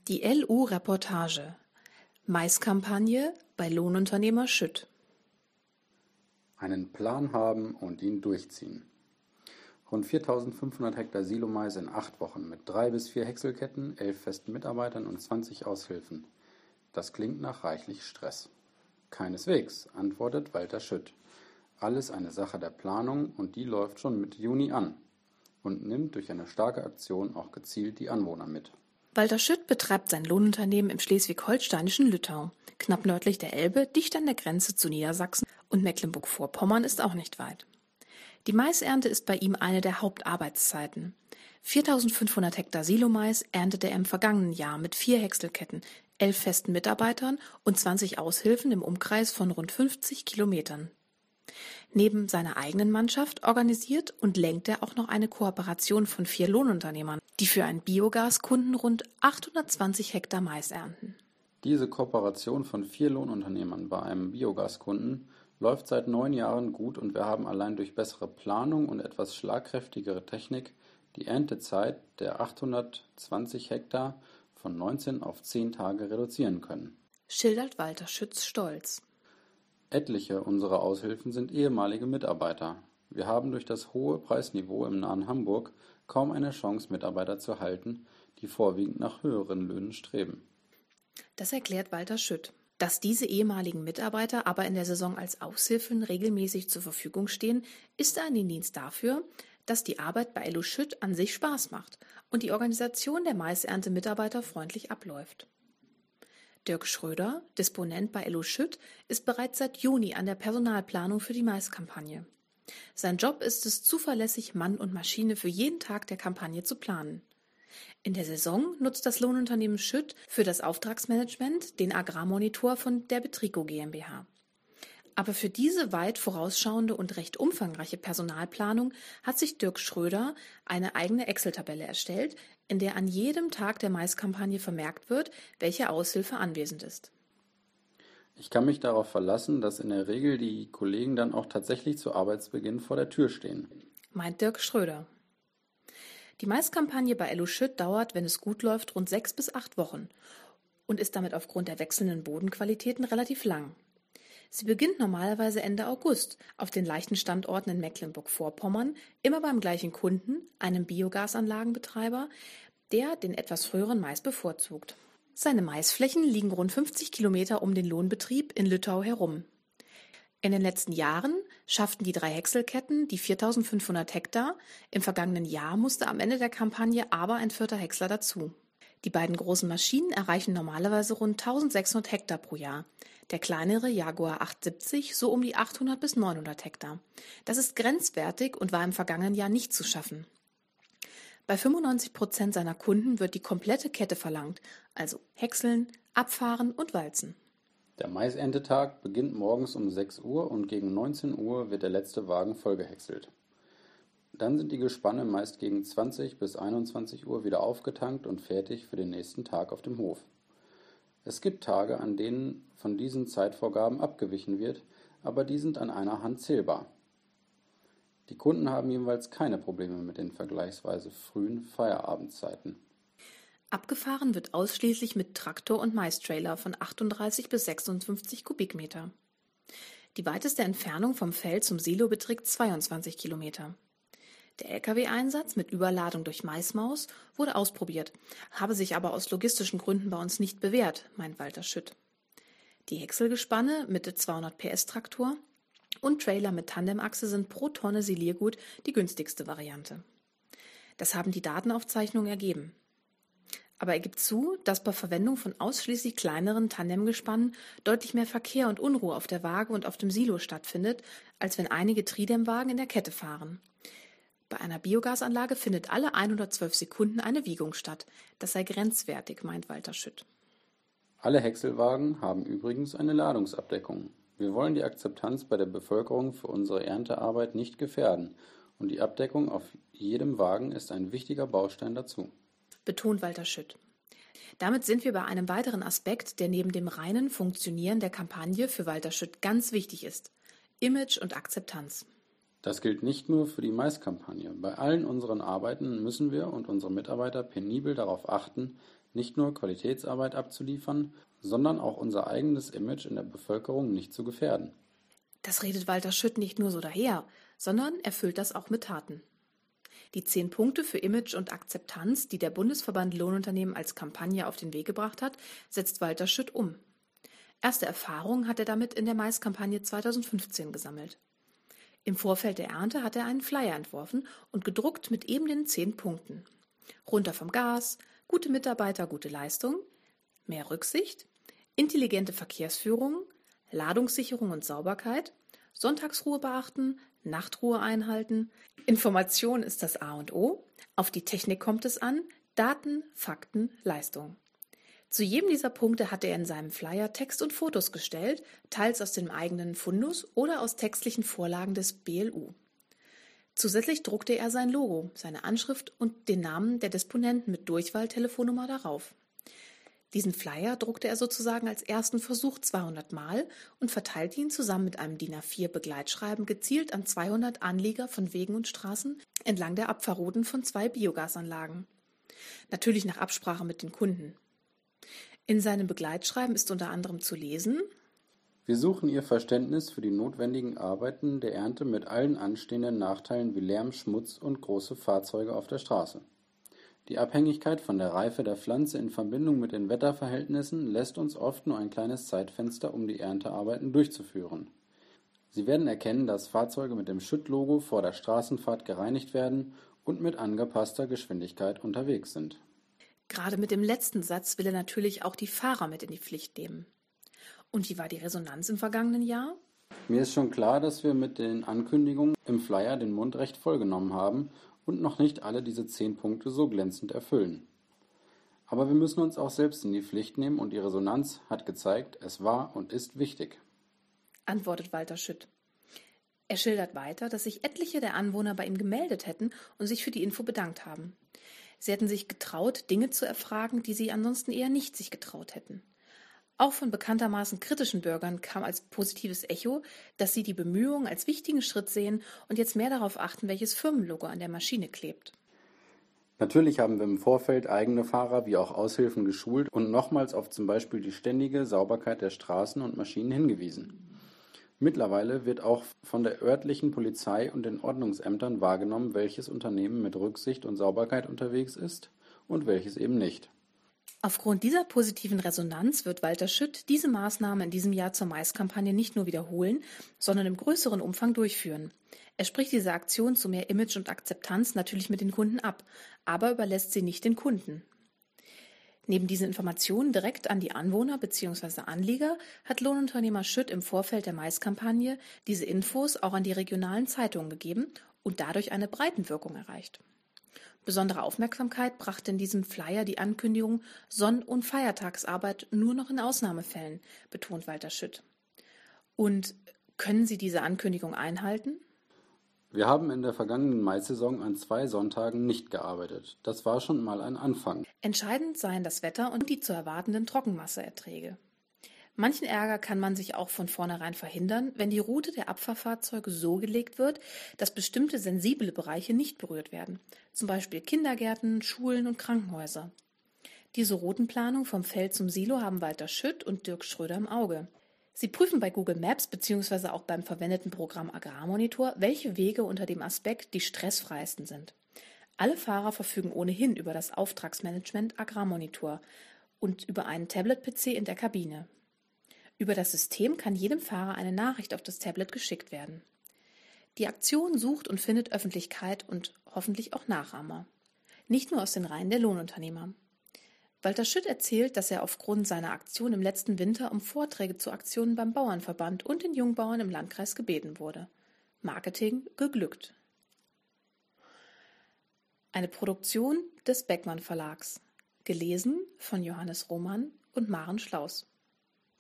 Die LU-Reportage Maiskampagne bei Lohnunternehmer Schütt. Einen Plan haben und ihn durchziehen. Rund 4.500 Hektar Silomais in 8 Wochen mit 3 bis 4 Häckselketten, 11 festen Mitarbeitern und 20 Aushilfen. Das klingt nach reichlich Stress. Keineswegs, antwortet Walter Schütt. Alles eine Sache der Planung und die läuft schon Mitte Juni an und nimmt durch eine starke Aktion auch gezielt die Anwohner mit. Walter Schütt betreibt sein Lohnunternehmen im schleswig-holsteinischen Lüttau, knapp nördlich der Elbe, dicht an der Grenze zu Niedersachsen, und Mecklenburg-Vorpommern ist auch nicht weit. Die Maisernte ist bei ihm eine der Hauptarbeitszeiten. 4.500 Hektar Silomais erntete er im vergangenen Jahr mit 4 Häckselketten, 11 festen Mitarbeitern und 20 Aushilfen im Umkreis von rund 50 Kilometern. Neben seiner eigenen Mannschaft organisiert und lenkt er auch noch eine Kooperation von 4 Lohnunternehmern, die für einen Biogaskunden rund 820 Hektar Mais ernten. Diese Kooperation von 4 Lohnunternehmern bei einem Biogaskunden läuft seit 9 Jahren gut und wir haben allein durch bessere Planung und etwas schlagkräftigere Technik die Erntezeit der 820 Hektar von 19 auf 10 Tage reduzieren können. Schildert Walter Schütts stolz. Etliche unserer Aushilfen sind ehemalige Mitarbeiter. Wir haben durch das hohe Preisniveau im nahen Hamburg kaum eine Chance, Mitarbeiter zu halten, die vorwiegend nach höheren Löhnen streben. Das erklärt Walter Schütt. Dass diese ehemaligen Mitarbeiter aber in der Saison als Aushilfen regelmäßig zur Verfügung stehen, ist ein Indiz dafür, dass die Arbeit bei LU Schütt an sich Spaß macht und die Organisation der Maisernte mitarbeiterfreundlich abläuft. Dirk Schröder, Disponent bei LU Schütt, ist bereits seit Juni an der Personalplanung für die Maiskampagne. Sein Job ist es, zuverlässig Mann und Maschine für jeden Tag der Kampagne zu planen. In der Saison nutzt das Lohnunternehmen Schütt für das Auftragsmanagement den Agrarmonitor von der Betrico GmbH. Aber für diese weit vorausschauende und recht umfangreiche Personalplanung hat sich Dirk Schröder eine eigene Excel-Tabelle erstellt, in der an jedem Tag der Maiskampagne vermerkt wird, welche Aushilfe anwesend ist. Ich kann mich darauf verlassen, dass in der Regel die Kollegen dann auch tatsächlich zu Arbeitsbeginn vor der Tür stehen, meint Dirk Schröder. Die Maiskampagne bei LU Schütt dauert, wenn es gut läuft, rund 6 bis 8 Wochen und ist damit aufgrund der wechselnden Bodenqualitäten relativ lang. Sie beginnt normalerweise Ende August auf den leichten Standorten in Mecklenburg-Vorpommern, immer beim gleichen Kunden, einem Biogasanlagenbetreiber, der den etwas früheren Mais bevorzugt. Seine Maisflächen liegen rund 50 Kilometer um den Lohnbetrieb in Lüttau herum. In den letzten Jahren schafften die 3 Häckselketten die 4.500 Hektar. Im vergangenen Jahr musste am Ende der Kampagne aber ein 4. Häcksler dazu. Die beiden großen Maschinen erreichen normalerweise rund 1.600 Hektar pro Jahr. Der kleinere Jaguar 870 so um die 800 bis 900 Hektar. Das ist grenzwertig und war im vergangenen Jahr nicht zu schaffen. Bei 95% seiner Kunden wird die komplette Kette verlangt, also Häckseln, Abfahren und Walzen. Der Maiserntetag beginnt morgens um 6 Uhr und gegen 19 Uhr wird der letzte Wagen vollgehäckselt. Dann sind die Gespanne meist gegen 20 bis 21 Uhr wieder aufgetankt und fertig für den nächsten Tag auf dem Hof. Es gibt Tage, an denen von diesen Zeitvorgaben abgewichen wird, aber die sind an einer Hand zählbar. Die Kunden haben jeweils keine Probleme mit den vergleichsweise frühen Feierabendzeiten. Abgefahren wird ausschließlich mit Traktor und Maistrailer von 38 bis 56 Kubikmeter. Die weiteste Entfernung vom Feld zum Silo beträgt 22 Kilometer. Der Lkw-Einsatz mit Überladung durch Maismaus wurde ausprobiert, habe sich aber aus logistischen Gründen bei uns nicht bewährt, meint Walter Schütt. Die Häckselgespanne mit 200 PS Traktor und Trailer mit Tandemachse sind pro Tonne Siliergut die günstigste Variante. Das haben die Datenaufzeichnungen ergeben. Aber er gibt zu, dass bei Verwendung von ausschließlich kleineren Tandemgespannen deutlich mehr Verkehr und Unruhe auf der Waage und auf dem Silo stattfindet, als wenn einige Tridemwagen in der Kette fahren. Bei einer Biogasanlage findet alle 112 Sekunden eine Wiegung statt. Das sei grenzwertig, meint Walter Schütt. Alle Häckselwagen haben übrigens eine Ladungsabdeckung. Wir wollen die Akzeptanz bei der Bevölkerung für unsere Erntearbeit nicht gefährden und die Abdeckung auf jedem Wagen ist ein wichtiger Baustein dazu, betont Walter Schütt. Damit sind wir bei einem weiteren Aspekt, der neben dem reinen Funktionieren der Kampagne für Walter Schütt ganz wichtig ist: Image und Akzeptanz. Das gilt nicht nur für die Maiskampagne. Bei allen unseren Arbeiten müssen wir und unsere Mitarbeiter penibel darauf achten, nicht nur Qualitätsarbeit abzuliefern, sondern auch unser eigenes Image in der Bevölkerung nicht zu gefährden. Das redet Walter Schütt nicht nur so daher, sondern erfüllt das auch mit Taten. Die 10 Punkte für Image und Akzeptanz, die der Bundesverband Lohnunternehmen als Kampagne auf den Weg gebracht hat, setzt Walter Schütt um. Erste Erfahrungen hat er damit in der Maiskampagne 2015 gesammelt. Im Vorfeld der Ernte hat er einen Flyer entworfen und gedruckt mit eben den 10 Punkten. Runter vom Gas, gute Mitarbeiter, gute Leistung, mehr Rücksicht, intelligente Verkehrsführung, Ladungssicherung und Sauberkeit, Sonntagsruhe beachten, Nachtruhe einhalten, Information ist das A und O, auf die Technik kommt es an, Daten, Fakten, Leistung. Zu jedem dieser Punkte hat er in seinem Flyer Text und Fotos gestellt, teils aus dem eigenen Fundus oder aus textlichen Vorlagen des BLU. Zusätzlich druckte er sein Logo, seine Anschrift und den Namen der Disponenten mit Durchwahl-Telefonnummer darauf. Diesen Flyer druckte er sozusagen als ersten Versuch 200 Mal und verteilte ihn zusammen mit einem DIN A4 Begleitschreiben gezielt an 200 Anlieger von Wegen und Straßen entlang der Abfahrrouten von 2 Biogasanlagen. Natürlich nach Absprache mit den Kunden. In seinem Begleitschreiben ist unter anderem zu lesen: Wir suchen Ihr Verständnis für die notwendigen Arbeiten der Ernte mit allen anstehenden Nachteilen wie Lärm, Schmutz und große Fahrzeuge auf der Straße. Die Abhängigkeit von der Reife der Pflanze in Verbindung mit den Wetterverhältnissen lässt uns oft nur ein kleines Zeitfenster, um die Erntearbeiten durchzuführen. Sie werden erkennen, dass Fahrzeuge mit dem Schütt-Logo vor der Straßenfahrt gereinigt werden und mit angepasster Geschwindigkeit unterwegs sind. Gerade mit dem letzten Satz will er natürlich auch die Fahrer mit in die Pflicht nehmen. Und wie war die Resonanz im vergangenen Jahr? Mir ist schon klar, dass wir mit den Ankündigungen im Flyer den Mund recht vollgenommen haben und noch nicht alle diese 10 Punkte so glänzend erfüllen. Aber wir müssen uns auch selbst in die Pflicht nehmen und die Resonanz hat gezeigt, es war und ist wichtig, Antwortet Walter Schütt. Er schildert weiter, dass sich etliche der Anwohner bei ihm gemeldet hätten und sich für die Info bedankt haben. Sie hätten sich getraut, Dinge zu erfragen, die sie ansonsten eher nicht sich getraut hätten. Auch von bekanntermaßen kritischen Bürgern kam als positives Echo, dass sie die Bemühungen als wichtigen Schritt sehen und jetzt mehr darauf achten, welches Firmenlogo an der Maschine klebt. Natürlich haben wir im Vorfeld eigene Fahrer wie auch Aushilfen geschult und nochmals auf zum Beispiel die ständige Sauberkeit der Straßen und Maschinen hingewiesen. Mittlerweile wird auch von der örtlichen Polizei und den Ordnungsämtern wahrgenommen, welches Unternehmen mit Rücksicht und Sauberkeit unterwegs ist und welches eben nicht. Aufgrund dieser positiven Resonanz wird Walter Schütt diese Maßnahme in diesem Jahr zur Maiskampagne nicht nur wiederholen, sondern im größeren Umfang durchführen. Er spricht diese Aktion zu mehr Image und Akzeptanz natürlich mit den Kunden ab, aber überlässt sie nicht den Kunden. Neben diesen Informationen direkt an die Anwohner bzw. Anlieger hat Lohnunternehmer Schütt im Vorfeld der Maiskampagne diese Infos auch an die regionalen Zeitungen gegeben und dadurch eine Breitenwirkung erreicht. Besondere Aufmerksamkeit brachte in diesem Flyer die Ankündigung Sonn- und Feiertagsarbeit nur noch in Ausnahmefällen, betont Walter Schütt. Und können Sie diese Ankündigung einhalten? Wir haben in der vergangenen Maisaison an 2 Sonntagen nicht gearbeitet. Das war schon mal ein Anfang. Entscheidend seien das Wetter und die zu erwartenden Trockenmasseerträge. Manchen Ärger kann man sich auch von vornherein verhindern, wenn die Route der Abfahrfahrzeuge so gelegt wird, dass bestimmte sensible Bereiche nicht berührt werden, zum Beispiel Kindergärten, Schulen und Krankenhäuser. Diese Routenplanung vom Feld zum Silo haben Walter Schütt und Dirk Schröder im Auge. Sie prüfen bei Google Maps bzw. auch beim verwendeten Programm Agrarmonitor, welche Wege unter dem Aspekt die stressfreiesten sind. Alle Fahrer verfügen ohnehin über das Auftragsmanagement Agrarmonitor und über einen Tablet-PC in der Kabine. Über das System kann jedem Fahrer eine Nachricht auf das Tablet geschickt werden. Die Aktion sucht und findet Öffentlichkeit und hoffentlich auch Nachahmer. Nicht nur aus den Reihen der Lohnunternehmer. Walter Schütt erzählt, dass er aufgrund seiner Aktion im letzten Winter um Vorträge zu Aktionen beim Bauernverband und den Jungbauern im Landkreis gebeten wurde. Marketing geglückt. Eine Produktion des Beckmann Verlags. Gelesen von Johannes Roman und Maren Schlaus.